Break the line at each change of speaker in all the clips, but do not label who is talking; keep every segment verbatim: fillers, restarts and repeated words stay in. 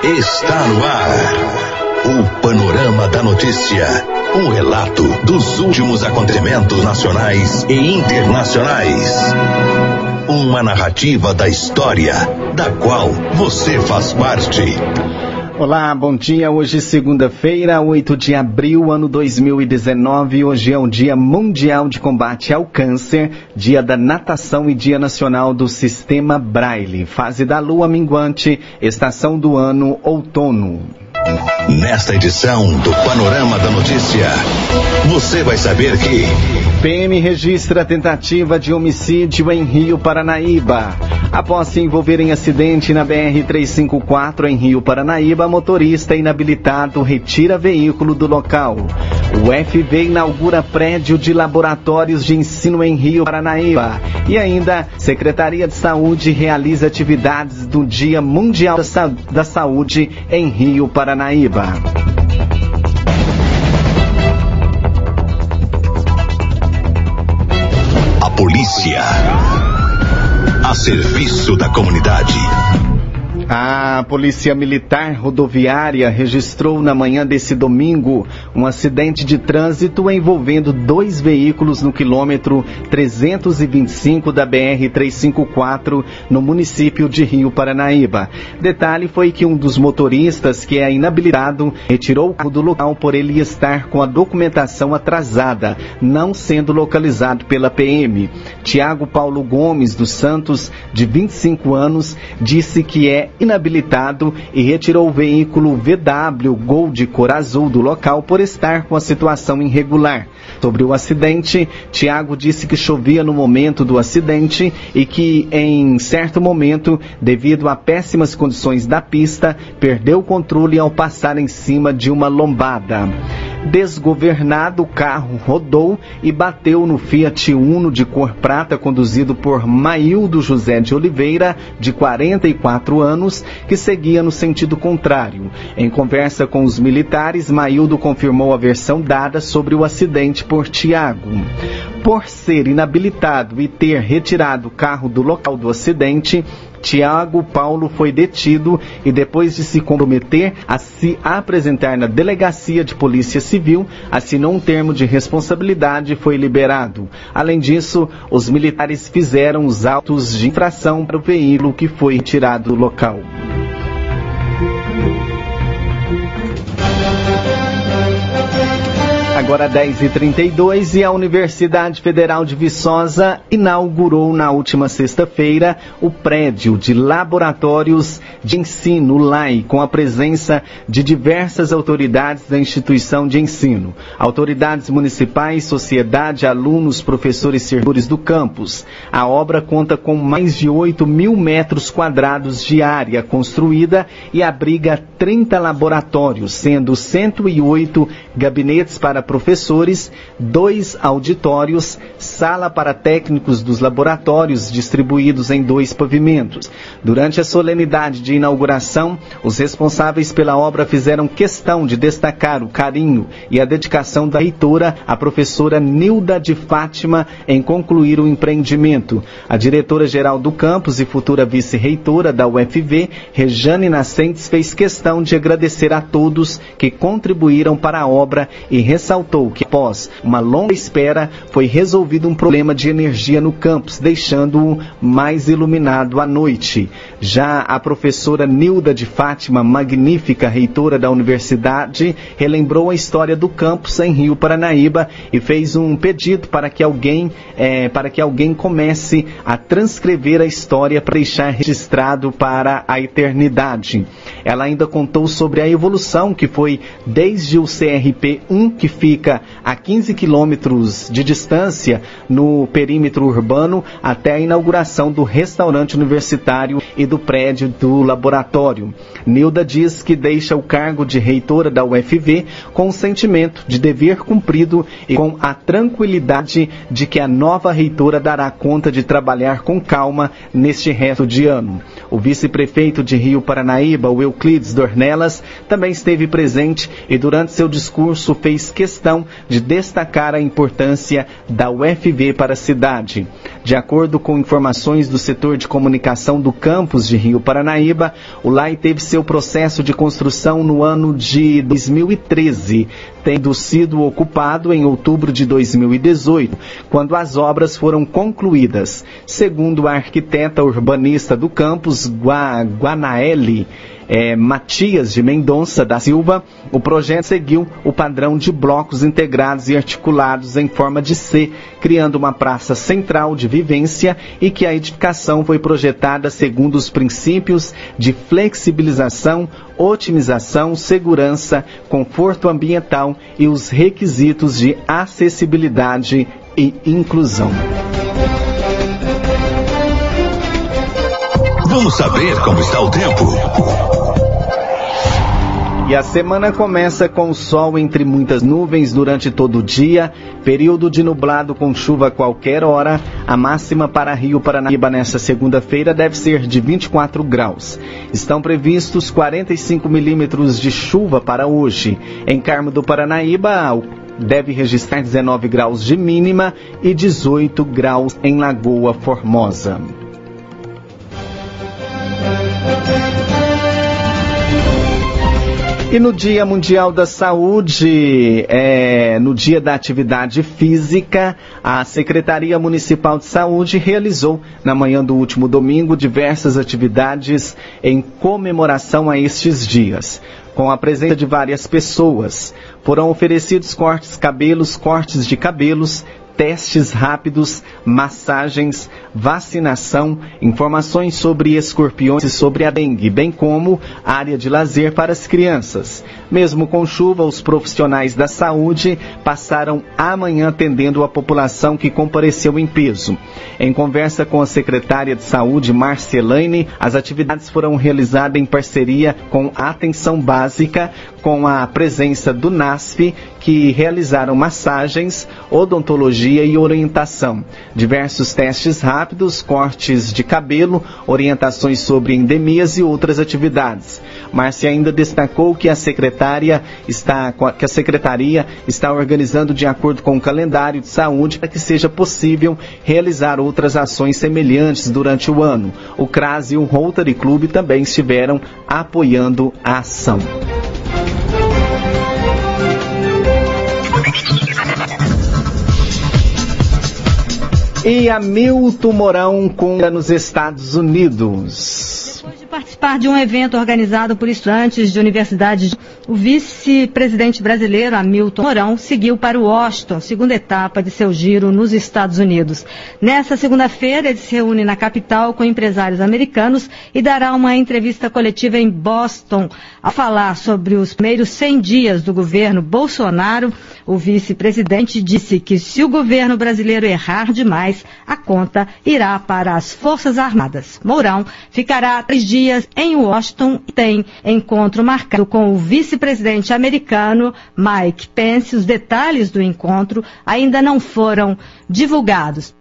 Está no ar o Panorama da Notícia, um relato dos últimos acontecimentos nacionais e internacionais. Uma narrativa da história, da qual você faz parte.
Olá, bom dia. Hoje segunda-feira, oito de abril, ano dois mil e dezenove. Hoje é o Dia Mundial de Combate ao Câncer, Dia da Natação e Dia Nacional do Sistema Braille. Fase da lua minguante, estação do ano, outono.
Nesta edição do Panorama da Notícia, você vai saber que
P M registra tentativa de homicídio em Rio Paranaíba. Após se envolver em acidente na B R trezentos e cinquenta e quatro em Rio Paranaíba, motorista inabilitado retira veículo do local. O F V inaugura prédio de laboratórios de ensino em Rio Paranaíba. E ainda, Secretaria de Saúde realiza atividades do Dia Mundial da, Sa- da Saúde em Rio Paranaíba.
a polícia a serviço da comunidade.
A Polícia Militar Rodoviária registrou na manhã desse domingo um acidente de trânsito envolvendo dois veículos no quilômetro trezentos e vinte e cinco da B R trezentos e cinquenta e quatro no município de Rio Paranaíba. Detalhe foi que um dos motoristas, que é inabilitado, retirou o carro do local por ele estar com a documentação atrasada, não sendo localizado pela P M. Tiago Paulo Gomes dos Santos, de vinte e cinco anos, disse que é inabilitado e retirou o veículo V W Gol de cor azul do local por estar com a situação irregular. Sobre o acidente, Tiago disse que chovia no momento do acidente e que, em certo momento, devido a péssimas condições da pista, perdeu o controle ao passar em cima de uma lombada. Desgovernado, o carro rodou e bateu no Fiat Uno de cor prata conduzido por Maildo José de Oliveira, de quarenta e quatro anos, que seguia no sentido contrário. Em conversa com os militares, Maildo confirmou a versão dada sobre o acidente por Tiago. Por ser inabilitado e ter retirado o carro do local do acidente, Tiago Paulo foi detido e, depois de se comprometer a se apresentar na Delegacia de Polícia Civil, assinou um termo de responsabilidade e foi liberado. Além disso, os militares fizeram os autos de infração para o veículo que foi retirado do local. Agora dez e trinta e dois e a Universidade Federal de Viçosa inaugurou na última sexta-feira o prédio de laboratórios de ensino L A I, com a presença de diversas autoridades da instituição de ensino, autoridades municipais, sociedade, alunos, professores e servidores do campus. A obra conta com mais de oito mil metros quadrados de área construída e abriga trinta laboratórios, sendo cento e oito gabinetes para professores, dois auditórios, sala para técnicos dos laboratórios distribuídos em dois pavimentos. Durante a solenidade de inauguração, os responsáveis pela obra fizeram questão de destacar o carinho e a dedicação da reitora, a professora Nilda de Fátima, em concluir o empreendimento. A diretora-geral do campus e futura vice-reitora da U F V, Rejane Nascentes, fez questão de agradecer a todos que contribuíram para a obra e ressaltou que, após uma longa espera, foi resolvido um problema de energia no campus, deixando-o mais iluminado à noite. Já a professora Nilda de Fátima, magnífica reitora da universidade, relembrou a história do campus em Rio Paranaíba e fez um pedido para que alguém, é, para que alguém comece a transcrever a história para deixar registrado para a eternidade. Ela ainda contou sobre a evolução que foi desde o C R P um, que fica a quinze quilômetros de distância no perímetro urbano, até a inauguração do restaurante universitário e do prédio do laboratório. Nilda diz que deixa o cargo de reitora da U F V com o sentimento de dever cumprido e com a tranquilidade de que a nova reitora dará conta de trabalhar com calma neste resto de ano. O vice-prefeito de Rio Paranaíba, o Euclides Dornelas, também esteve presente e durante seu discurso fez questão de destacar a importância da U F V para a cidade. De acordo com informações do setor de comunicação do campus de Rio Paranaíba, o L A I teve seu processo de construção no ano de dois mil e treze, tendo sido ocupado em outubro de dois mil e dezoito, quando as obras foram concluídas. Segundo a arquiteta urbanista do campus, Gua, Guanaele É, Matias de Mendonça da Silva, o projeto seguiu o padrão de blocos integrados e articulados em forma de C, criando uma praça central de vivência, e que a edificação foi projetada segundo os princípios de flexibilização, otimização, segurança, conforto ambiental e os requisitos de acessibilidade e inclusão.
Vamos saber como está o tempo.
E a semana começa com sol entre muitas nuvens durante todo o dia, período de nublado com chuva a qualquer hora. A máxima para Rio Paranaíba nesta segunda-feira deve ser de vinte e quatro graus. Estão previstos quarenta e cinco milímetros de chuva para hoje. Em Carmo do Paranaíba, deve registrar dezenove graus de mínima e dezoito graus em Lagoa Formosa. E no Dia Mundial da Saúde, é, no Dia da Atividade Física, a Secretaria Municipal de Saúde realizou, na manhã do último domingo, diversas atividades em comemoração a estes dias. Com a presença de várias pessoas, foram oferecidos cortes de cabelos, cortes de cabelos, testes rápidos, massagens, vacinação, informações sobre escorpiões e sobre a dengue, bem como área de lazer para as crianças. Mesmo com chuva, os profissionais da saúde passaram a manhã atendendo a população que compareceu em peso. Em conversa com a secretária de Saúde, Marcelane, as atividades foram realizadas em parceria com a Atenção Básica, com a presença do NASF, que realizaram massagens, odontologia e orientação. Diversos testes rápidos, cortes de cabelo, orientações sobre endemias e outras atividades. Márcia ainda destacou que a secretária está, que a secretaria está organizando de acordo com o calendário de saúde para que seja possível realizar outras ações semelhantes durante o ano. O CRAS e o Rotary Club também estiveram apoiando a ação. E Hamilton Mourão conta nos Estados Unidos.
Depois de participar de um evento organizado por estudantes de universidades, o vice-presidente brasileiro Hamilton Mourão seguiu para Washington, segunda etapa de seu giro nos Estados Unidos. Nessa segunda-feira, ele se reúne na capital com empresários americanos e dará uma entrevista coletiva em Boston. Ao falar sobre os primeiros cem dias do governo Bolsonaro, o vice-presidente disse que se o governo brasileiro errar demais, a conta irá para as Forças Armadas. Mourão ficará três dias em Washington e tem encontro marcado com o vice-presidente americano Mike Pence. Os detalhes do encontro ainda não foram divulgados.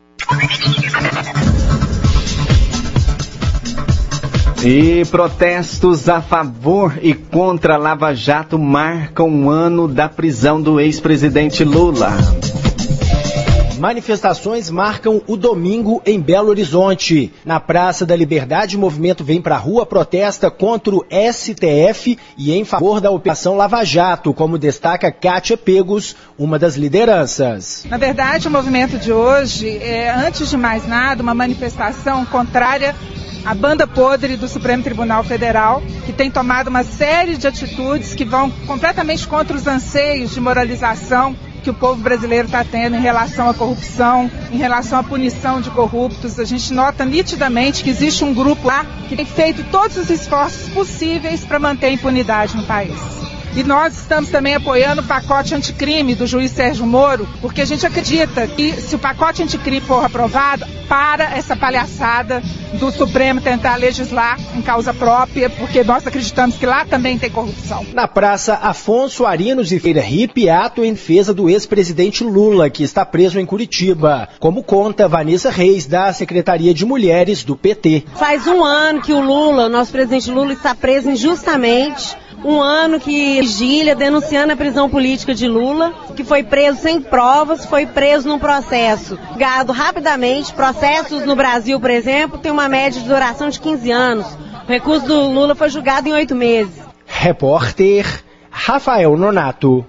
E protestos a favor e contra a Lava Jato marcam um ano da prisão do ex-presidente Lula.
Manifestações marcam o domingo em Belo Horizonte. Na Praça da Liberdade, o movimento vem para a rua, protesta contra o S T F e em favor da Operação Lava Jato, como destaca Kátia Pegos, uma das lideranças.
Na verdade, o movimento de hoje é, antes de mais nada, uma manifestação contrária à banda podre do Supremo Tribunal Federal, que tem tomado uma série de atitudes que vão completamente contra os anseios de moralização que o povo brasileiro está tendo em relação à corrupção, em relação à punição de corruptos. A gente nota nitidamente que existe um grupo lá que tem feito todos os esforços possíveis para manter a impunidade no país. E nós estamos também apoiando o pacote anticrime do juiz Sérgio Moro, porque a gente acredita que se o pacote anticrime for aprovado, para essa palhaçada do Supremo tentar legislar em causa própria, porque nós acreditamos que lá também tem corrupção.
Na Praça Afonso Arinos e Feira Hippie, ato em defesa do ex-presidente Lula, que está preso em Curitiba, como conta Vanessa Reis, da Secretaria de Mulheres do P T.
Faz um ano que o Lula, o nosso presidente Lula, está preso injustamente, um ano que vigília denunciando a prisão política de Lula, que foi preso sem provas, foi preso num processo julgado rapidamente. Processos no Brasil, por exemplo, tem uma média de duração de quinze anos. O recurso do Lula foi julgado em oito meses.
Repórter Rafael Nonato.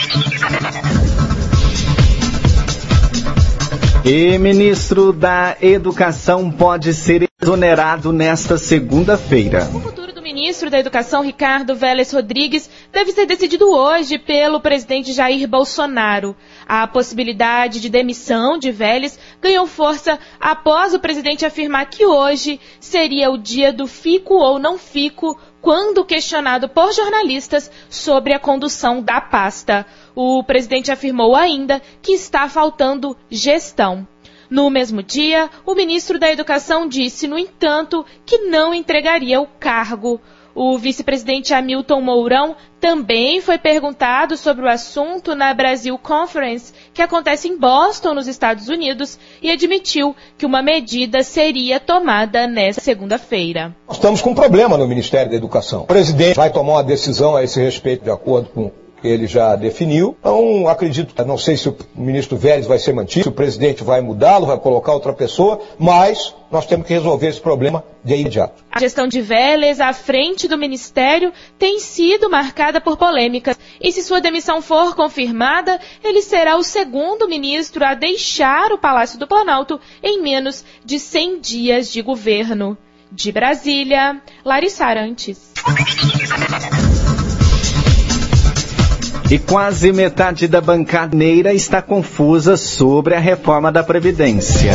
E ministro da Educação pode ser exonerado nesta segunda-feira.
O futuro do ministro da Educação, Ricardo Vélez Rodrigues, deve ser decidido hoje pelo presidente Jair Bolsonaro. A possibilidade de demissão de Vélez ganhou força após o presidente afirmar que hoje seria o dia do fico ou não fico, quando questionado por jornalistas sobre a condução da pasta. O presidente afirmou ainda que está faltando gestão. No mesmo dia, o ministro da Educação disse, no entanto, que não entregaria o cargo. O vice-presidente Hamilton Mourão também foi perguntado sobre o assunto na Brasil Conference, que acontece em Boston, nos Estados Unidos, e admitiu que uma medida seria tomada nesta segunda-feira.
Nós estamos com um problema no Ministério da Educação. O presidente vai tomar uma decisão a esse respeito, de acordo com o que ele já definiu. Então, acredito, não sei se o ministro Vélez vai ser mantido, se o presidente vai mudá-lo, vai colocar outra pessoa, mas nós temos que resolver esse problema de imediato.
A gestão de Vélez à frente do Ministério tem sido marcada por polêmicas. E se sua demissão for confirmada, ele será o segundo ministro a deixar o Palácio do Planalto em menos de cem dias de governo. De Brasília, Larissa Arantes.
E quase metade da bancada mineira está confusa sobre a reforma da Previdência.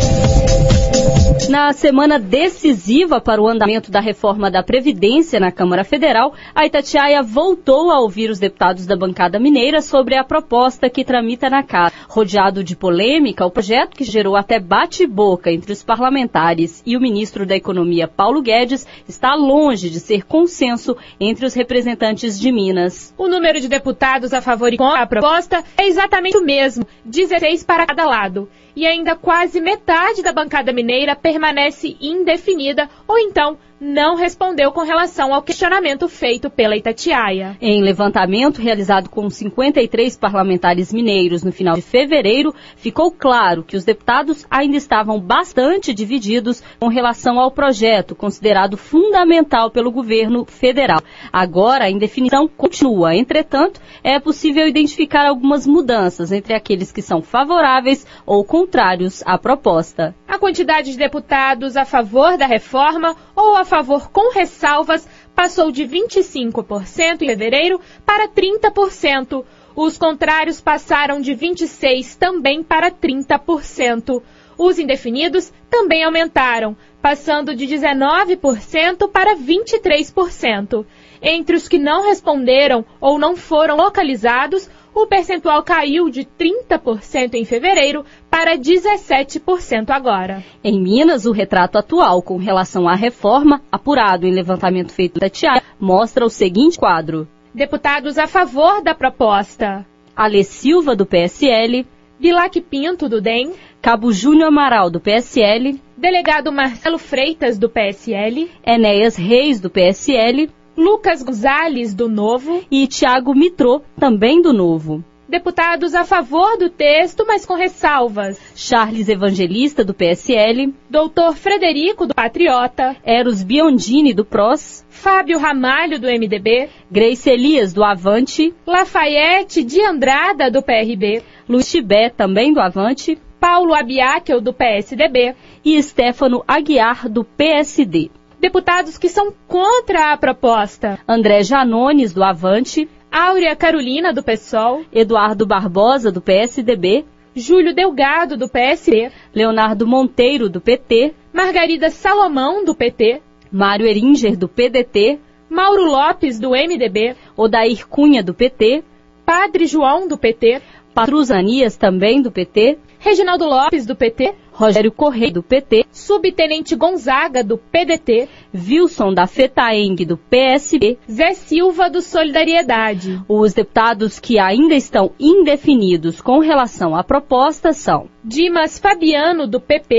Na semana decisiva para o andamento da reforma da Previdência na Câmara Federal, a Itatiaia voltou a ouvir os deputados da bancada mineira sobre a proposta que tramita na casa. Rodeado de polêmica, o projeto, que gerou até bate-boca entre os parlamentares e o ministro da Economia, Paulo Guedes, está longe de ser consenso entre os representantes de Minas.
O número de deputados a favor e contra a proposta é exatamente o mesmo, dezesseis para cada lado. E ainda quase metade da bancada mineira permanece indefinida ou então não respondeu com relação ao questionamento feito pela Itatiaia.
Em levantamento realizado com cinquenta e três parlamentares mineiros no final de fevereiro, ficou claro que os deputados ainda estavam bastante divididos com relação ao projeto, considerado fundamental pelo governo federal. Agora, a indefinição continua. Entretanto, é possível identificar algumas mudanças entre aqueles que são favoráveis ou contrários à proposta.
A quantidade de deputados a favor da reforma ou a favor com ressalvas passou de vinte e cinco por cento em fevereiro para trinta por cento. Os contrários passaram de vinte e seis por cento também para trinta por cento. Os indefinidos também aumentaram, passando de dezenove por cento para vinte e três por cento. Entre os que não responderam ou não foram localizados, o percentual caiu de trinta por cento em fevereiro para dezessete por cento agora.
Em Minas, o retrato atual com relação à reforma, apurado em levantamento feito da Itatiaia, mostra o seguinte quadro.
Deputados a favor da proposta:
Alê Silva, do P S L,
Bilac Pinto, do D E M,
Cabo Júnior Amaral, do P S L,
delegado Marcelo Freitas, do P S L,
Enéas Reis, do P S L,
Lucas Gonzalez, do Novo,
e Tiago Mitrô, também do Novo.
Deputados a favor do texto, mas com ressalvas:
Charles Evangelista, do P S L,
Doutor Frederico, do Patriota,
Eros Biondini, do P R O S,
Fábio Ramalho, do M D B,
Grace Elias, do Avante,
Lafayette de Andrada, do P R B,
Luiz Tibé, também do Avante,
Paulo Abiakel, do P S D B
e Stefano Aguiar, do P S D.
Deputados que são contra a proposta:
André Janones, do Avante,
Áurea Carolina, do PSOL,
Eduardo Barbosa, do P S D B,
Júlio Delgado, do P S D,
Leonardo Monteiro, do P T,
Margarida Salomão, do P T,
Mário Eringer, do P D T,
Mauro Lopes, do M D B,
Odair Cunha, do P T,
Padre João, do P T,
Patrusanias, também do P T,
Reginaldo Lopes, do P T,
Rogério Correia, do P T,
Subtenente Gonzaga, do P D T,
Wilson da Fetaeng, do P S B,
Zé Silva, do Solidariedade.
Os deputados que ainda estão indefinidos com relação à proposta são
Dimas Fabiano, do P P,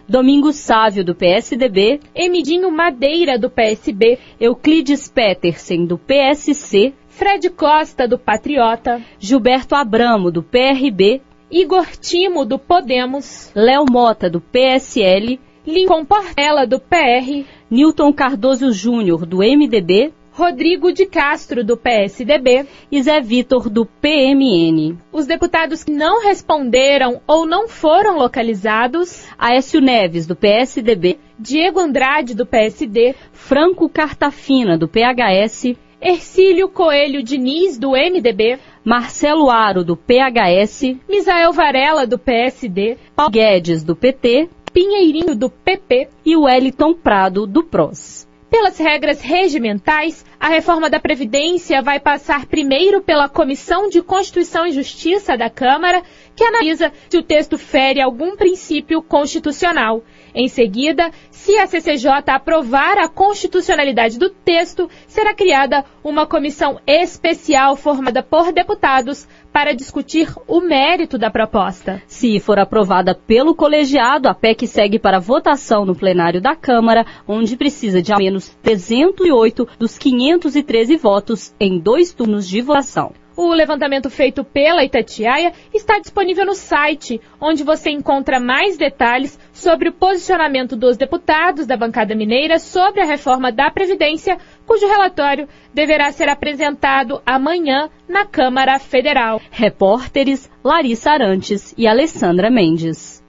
Domingos Sávio, do P S D B,
Emidinho Madeira, do P S B,
Euclides Petersen, do P S C,
Fred Costa, do Patriota,
Gilberto Abramo, do P R B,
Igor Timo, do Podemos,
Léo Mota, do P S L,
Lincoln Portela, do P R,
Newton Cardoso Júnior, do M D B,
Rodrigo de Castro, do P S D B
e Zé Vitor, do P M N.
Os deputados que não responderam ou não foram localizados:
Aécio Neves, do P S D B,
Diego Andrade, do P S D,
Franco Cartafina, do P H S,
Ercílio Coelho Diniz, do M D B,
Marcelo Aro, do P H S,
Misael Varela, do P S D,
Paulo Guedes, do P T,
Pinheirinho, do P P
e Wellington Prado, do P R O S.
Pelas regras regimentais, a reforma da Previdência vai passar primeiro pela Comissão de Constituição e Justiça da Câmara, que analisa se o texto fere algum princípio constitucional. Em seguida, se a C C J aprovar a constitucionalidade do texto, será criada uma comissão especial formada por deputados para discutir o mérito da proposta.
Se for aprovada pelo colegiado, a P E C segue para votação no plenário da Câmara, onde precisa de ao menos trezentos e oito dos quinhentos e treze votos em dois turnos de votação.
O levantamento feito pela Itatiaia está disponível no site, onde você encontra mais detalhes sobre o posicionamento dos deputados da bancada mineira sobre a reforma da Previdência, cujo relatório deverá ser apresentado amanhã na Câmara Federal.
Repórteres Larissa Arantes e Alessandra Mendes.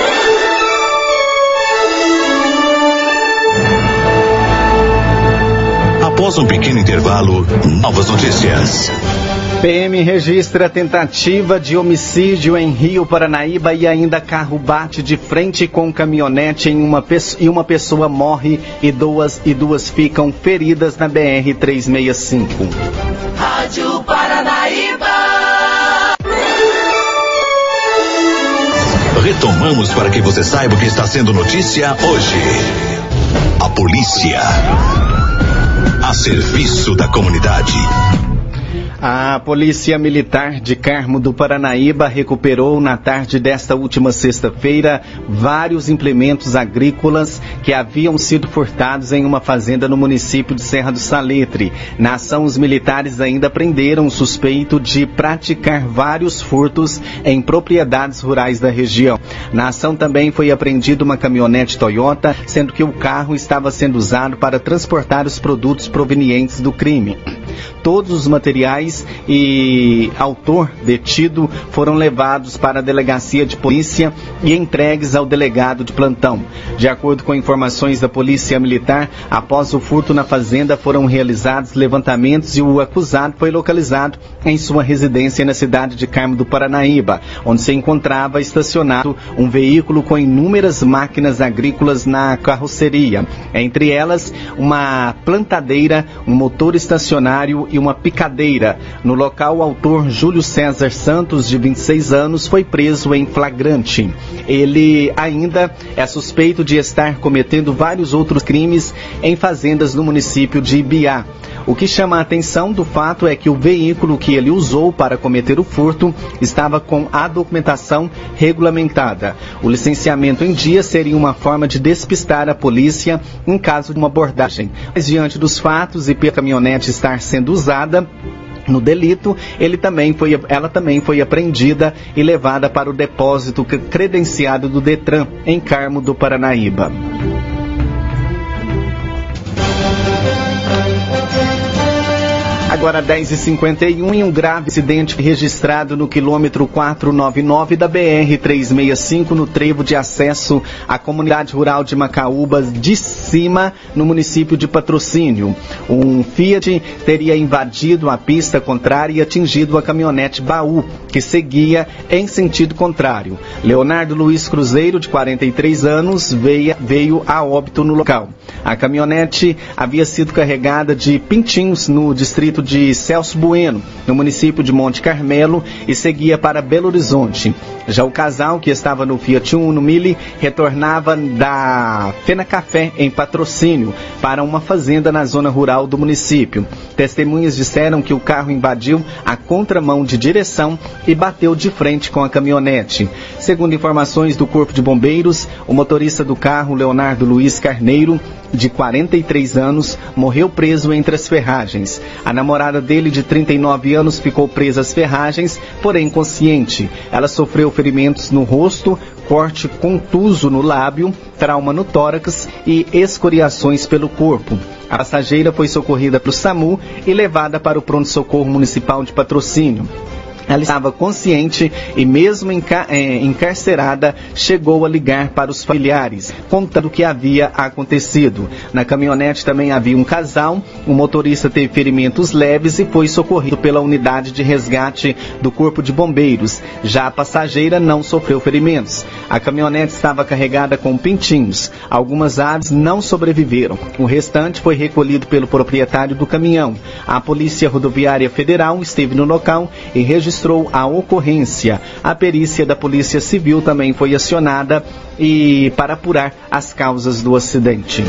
Após um pequeno intervalo, novas notícias.
P M registra tentativa de homicídio em Rio Paranaíba e ainda carro bate de frente com caminhonete em uma pessoa, e uma pessoa morre e duas, e duas ficam feridas na B R trezentos e sessenta e cinco.
Rádio Paranaíba.
Retomamos para que você saiba o que está sendo notícia hoje. A polícia a serviço da comunidade.
A Polícia Militar de Carmo do Paranaíba recuperou na tarde desta última sexta-feira vários implementos agrícolas que haviam sido furtados em uma fazenda no município de Serra do Salitre. Na ação, os militares ainda prenderam um suspeito de praticar vários furtos em propriedades rurais da região. Na ação também foi apreendida uma caminhonete Toyota, sendo que o carro estava sendo usado para transportar os produtos provenientes do crime. Todos os materiais e autor detido foram levados para a delegacia de polícia e entregues ao delegado de plantão. De acordo com informações da Polícia Militar, após o furto na fazenda foram realizados levantamentos e o acusado foi localizado em sua residência na cidade de Carmo do Paranaíba, onde se encontrava estacionado um veículo com inúmeras máquinas agrícolas na carroceria, entre elas uma plantadeira, um motor estacionário e uma picadeira. No local, o autor Júlio César Santos, de vinte e seis anos, foi preso em flagrante. Ele ainda é suspeito de estar cometendo vários outros crimes em fazendas no município de Ibiá. O que chama a atenção do fato é que o veículo que ele usou para cometer o furto estava com a documentação regulamentada. O licenciamento em dia seria uma forma de despistar a polícia em caso de uma abordagem. Mas diante dos fatos e pela caminhonete estar sendo usada no delito, ele também foi, ela também foi apreendida e levada para o depósito credenciado do Detran em Carmo do Paranaíba. Agora dez e cinquenta e um, em um grave acidente registrado no quilômetro quatrocentos e noventa e nove da B R trezentos e sessenta e cinco, no trevo de acesso à comunidade rural de Macaúbas de Cima, no município de Patrocínio. Um Fiat teria invadido a pista contrária e atingido a caminhonete baú, que seguia em sentido contrário. Leonardo Luiz Cruzeiro, de quarenta e três anos, veio, veio a óbito no local. A caminhonete havia sido carregada de Pintinhos, no distrito de Celso Bueno, no município de Monte Carmelo, e seguia para Belo Horizonte. Já o casal, que estava no Fiat Uno Mille, retornava da Fena Café, em Patrocínio, para uma fazenda na zona rural do município. Testemunhas disseram que o carro invadiu a contramão de direção e bateu de frente com a caminhonete. Segundo informações do Corpo de Bombeiros, o motorista do carro, Leonardo Luiz Carneiro, de quarenta e três anos, morreu preso entre as ferragens. A namorada dele, de trinta e nove anos, ficou presa às ferragens, porém inconsciente. Ela sofreu ferimentos no rosto, corte contuso no lábio, trauma no tórax e escoriações pelo corpo. A passageira foi socorrida para o SAMU e levada para o pronto-socorro municipal de Patrocínio. Ela estava consciente e, mesmo enca- é, encarcerada, chegou a ligar para os familiares, contando o que havia acontecido. Na caminhonete também havia um casal, o motorista teve ferimentos leves e foi socorrido pela unidade de resgate do Corpo de Bombeiros. Já a passageira não sofreu ferimentos. A caminhonete estava carregada com pintinhos. Algumas aves não sobreviveram. O restante foi recolhido pelo proprietário do caminhão. A Polícia Rodoviária Federal esteve no local e registrou a ocorrência. A perícia da Polícia Civil também foi acionada e para apurar as causas do acidente.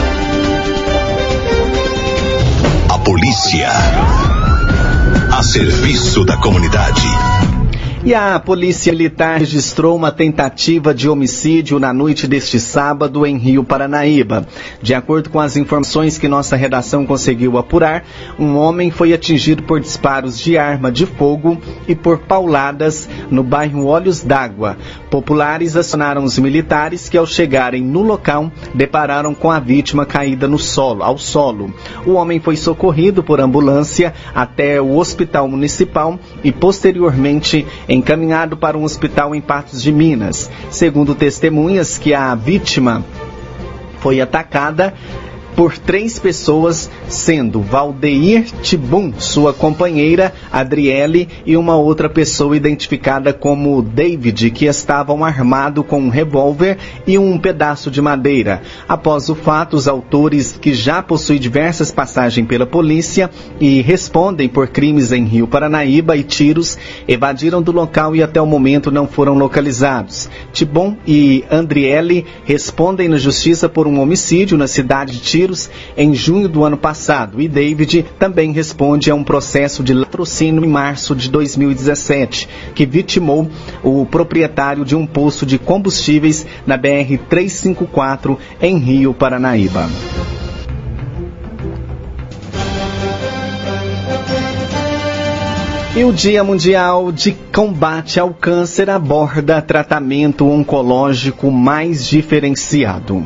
A polícia a serviço da comunidade.
E a Polícia Militar registrou uma tentativa de homicídio na noite deste sábado em Rio Paranaíba. De acordo com as informações que nossa redação conseguiu apurar, um homem foi atingido por disparos de arma de fogo e por pauladas no bairro Olhos d'Água. Populares acionaram os militares que, ao chegarem no local, depararam com a vítima caída no solo, ao solo. O homem foi socorrido por ambulância até o Hospital Municipal e, posteriormente, encaminhado para um hospital em Patos de Minas. Segundo testemunhas, que a vítima foi atacada por três pessoas, sendo Valdeir Tibum, sua companheira, Adriele, e uma outra pessoa identificada como David, que estavam armados com um revólver e um pedaço de madeira. Após o fato, os autores, que já possuem diversas passagens pela polícia e respondem por crimes em Rio Paranaíba e tiros, evadiram do local e até o momento não foram localizados. Tibum e Adriele respondem na justiça por um homicídio na cidade de Tiros em junho do ano passado, e David também responde a um processo de latrocínio em março de dois mil e dezessete, que vitimou o proprietário de um posto de combustíveis na B R trezentos e cinquenta e quatro em Rio Paranaíba. E o Dia Mundial de Combate ao Câncer aborda tratamento oncológico mais diferenciado.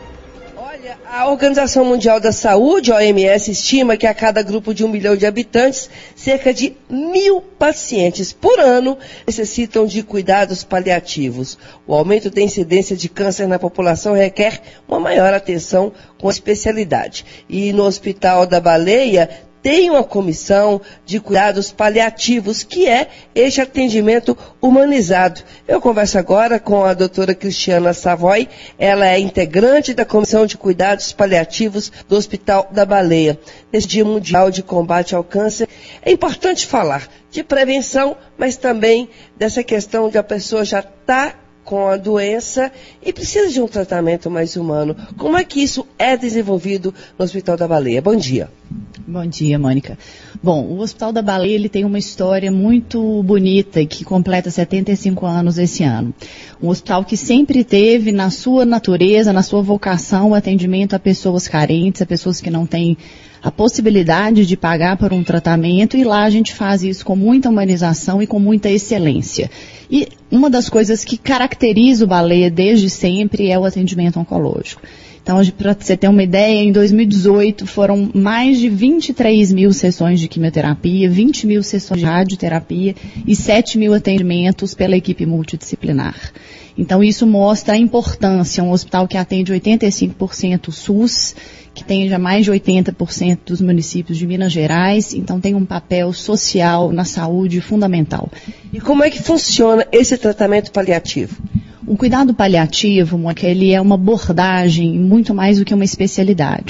A Organização Mundial da Saúde, O M S, estima que a cada grupo de um milhão de habitantes, cerca de mil pacientes por ano necessitam de cuidados paliativos. O aumento da incidência de câncer na população requer uma maior atenção com a especialidade. E no Hospital da Baleia, tem uma comissão de cuidados paliativos, que é este atendimento humanizado. Eu converso agora com a doutora Cristiana Savoy, ela é integrante da Comissão de Cuidados Paliativos do Hospital da Baleia. Nesse Dia Mundial de Combate ao Câncer, é importante falar de prevenção, mas também dessa questão de a pessoa já estar com a doença e precisa de um tratamento mais humano. Como é que isso é desenvolvido no Hospital da Baleia? Bom dia.
Bom dia, Mônica. Bom, o Hospital da Baleia ele tem uma história muito bonita, que completa setenta e cinco anos esse ano. Um hospital que sempre teve na sua natureza, na sua vocação, o atendimento a pessoas carentes, a pessoas que não têm a possibilidade de pagar por um tratamento, e lá a gente faz isso com muita humanização e com muita excelência. E uma das coisas que caracteriza o Baleia desde sempre é o atendimento oncológico. Então, para você ter uma ideia, em dois mil e dezoito foram mais de vinte e três mil sessões de quimioterapia, vinte mil sessões de radioterapia e sete mil atendimentos pela equipe multidisciplinar. Então, isso mostra a importância, um hospital que atende oitenta e cinco por cento SUS, que tem já mais de oitenta por cento dos municípios de Minas Gerais, então tem um papel social na saúde fundamental.
E como é que funciona esse tratamento paliativo?
O cuidado paliativo, Mônica, ele é uma abordagem muito mais do que uma especialidade. O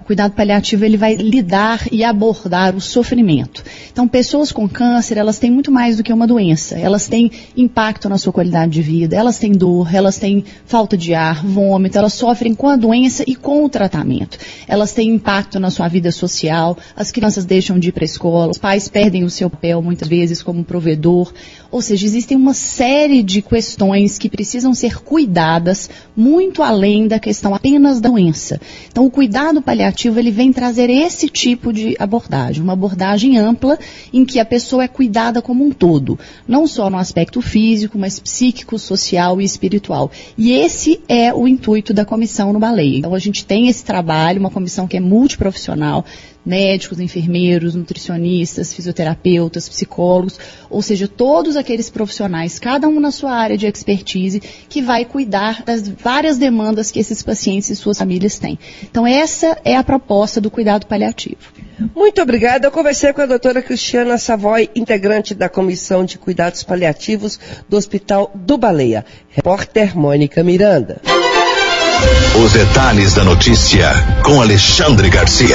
cuidado paliativo ele vai lidar e abordar o sofrimento. Então, pessoas com câncer, elas têm muito mais do que uma doença. Elas têm impacto na sua qualidade de vida, elas têm dor, elas têm falta de ar, vômito, elas sofrem com a doença e com o tratamento. Elas têm impacto na sua vida social, as crianças deixam de ir para a escola, os pais perdem o seu papel muitas vezes como provedor. Ou seja, existem uma série de questões que precisam ser cuidadas muito além da questão apenas da doença. Então, o cuidado paliativo ele vem trazer esse tipo de abordagem, uma abordagem ampla em que a pessoa é cuidada como um todo, não só no aspecto físico, mas psíquico, social e espiritual. E esse é o intuito da comissão no Baleia. Então, a gente tem esse trabalho, uma comissão que é multiprofissional, médicos, enfermeiros, nutricionistas, fisioterapeutas, psicólogos, ou seja, todos aqueles profissionais, cada um na sua área de expertise, que vai cuidar das várias demandas que esses pacientes e suas famílias têm. Então, essa é a proposta do cuidado paliativo.
Muito obrigada. Eu conversei com a doutora Cristiana Savoy, integrante da Comissão de Cuidados Paliativos do Hospital do Baleia. Repórter Mônica Miranda.
Os detalhes da notícia com Alexandre Garcia.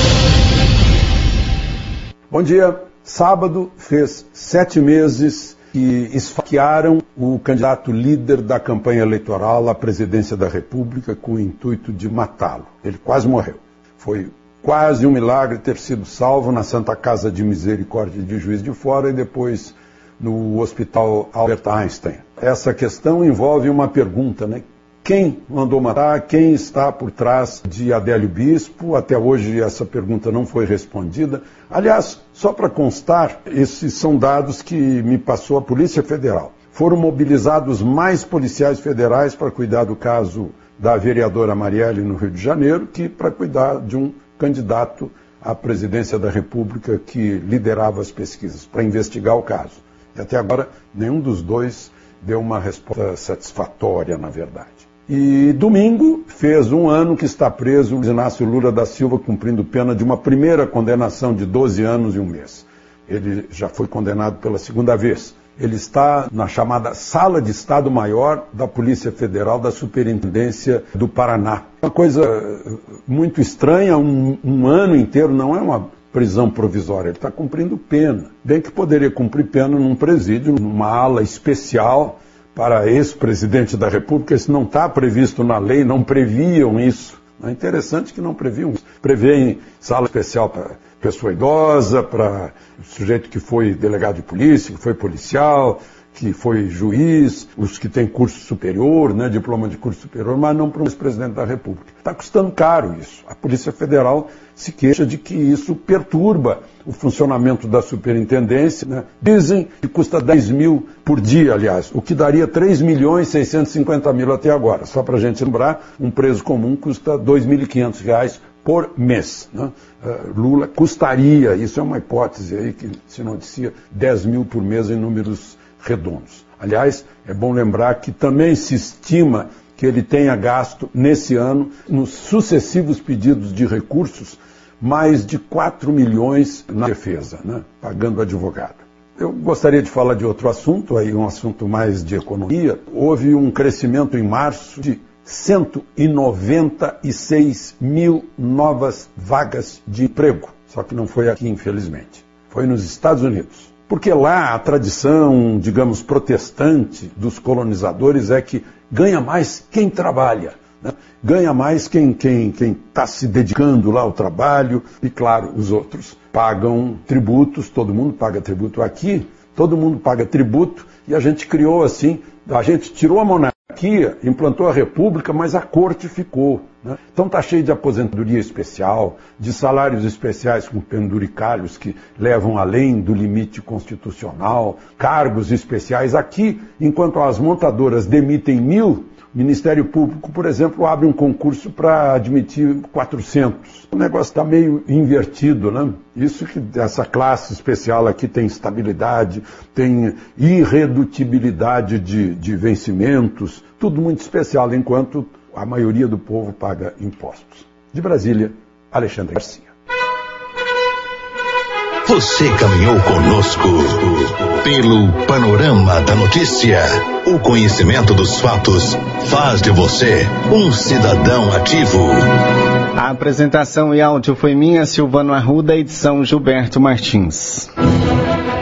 Bom dia. Sábado fez sete meses que esfaquearam o candidato líder da campanha eleitoral à presidência da República com o intuito de matá-lo. Ele quase morreu. Foi quase um milagre ter sido salvo na Santa Casa de Misericórdia de Juiz de Fora e depois no Hospital Albert Einstein. Essa questão envolve uma pergunta, né? Quem mandou matar? Quem está por trás de Adélio Bispo? Até hoje essa pergunta não foi respondida. Aliás, só para constar, esses são dados que me passou a Polícia Federal. Foram mobilizados mais policiais federais para cuidar do caso da vereadora Marielle no Rio de Janeiro que para cuidar de um candidato à presidência da República que liderava as pesquisas, para investigar o caso. E até agora nenhum dos dois deu uma resposta satisfatória, na verdade. E domingo fez um ano que está preso o Inácio Lula da Silva, cumprindo pena de uma primeira condenação de doze anos e um mês. Ele já foi condenado pela segunda vez. Ele está na chamada Sala de Estado-Maior da Polícia Federal da Superintendência do Paraná. Uma coisa muito estranha, um, um ano inteiro, não é uma prisão provisória, ele está cumprindo pena. Bem que poderia cumprir pena num presídio, numa ala especial para ex-presidente da República. Isso não está previsto na lei, não previam isso. É interessante que não previam isso. Prevêem sala especial para pessoa idosa, para sujeito que foi delegado de polícia, que foi policial, que foi juiz, os que têm curso superior, né, diploma de curso superior, mas não para o ex-presidente da República. Está custando caro isso. A Polícia Federal se queixa de que isso perturba o funcionamento da superintendência, né? Dizem que custa dez mil por dia, aliás, o que daria três milhões e seiscentos e cinquenta mil até agora. Só para a gente lembrar, um preso comum custa dois mil e quinhentos reais por mês. Né? Uh, Lula custaria, isso é uma hipótese aí que se noticia, dez mil por mês em números redondos. Aliás, é bom lembrar que também se estima que ele tenha gasto nesse ano, nos sucessivos pedidos de recursos, mais de quatro milhões na defesa, né, pagando advogado. Eu gostaria de falar de outro assunto, aí um assunto mais de economia. Houve um crescimento em março de cento e noventa e seis mil novas vagas de emprego. Só que não foi aqui, infelizmente. Foi nos Estados Unidos. Porque lá a tradição, digamos, protestante dos colonizadores é que ganha mais quem trabalha, né? Ganha mais quem quem quem está se dedicando lá ao trabalho e, claro, os outros pagam tributos, todo mundo paga tributo aqui, todo mundo paga tributo e a gente criou assim, a gente tirou a monarquia, implantou a república, mas a corte ficou, né? Então está cheio de aposentadoria especial, de salários especiais com penduricalhos que levam além do limite constitucional, cargos especiais. Aqui, enquanto as montadoras demitem mil, o Ministério Público, por exemplo, abre um concurso para admitir quatrocentos. O negócio está meio invertido, né? Isso que essa classe especial aqui tem estabilidade, tem irredutibilidade de, de vencimentos, tudo muito especial, enquanto a maioria do povo paga impostos. De Brasília, Alexandre Garcia.
Você caminhou conosco pelo panorama da notícia. O conhecimento dos fatos faz de você um cidadão ativo.
A apresentação e áudio foi minha, Silvano Arruda, edição Gilberto Martins.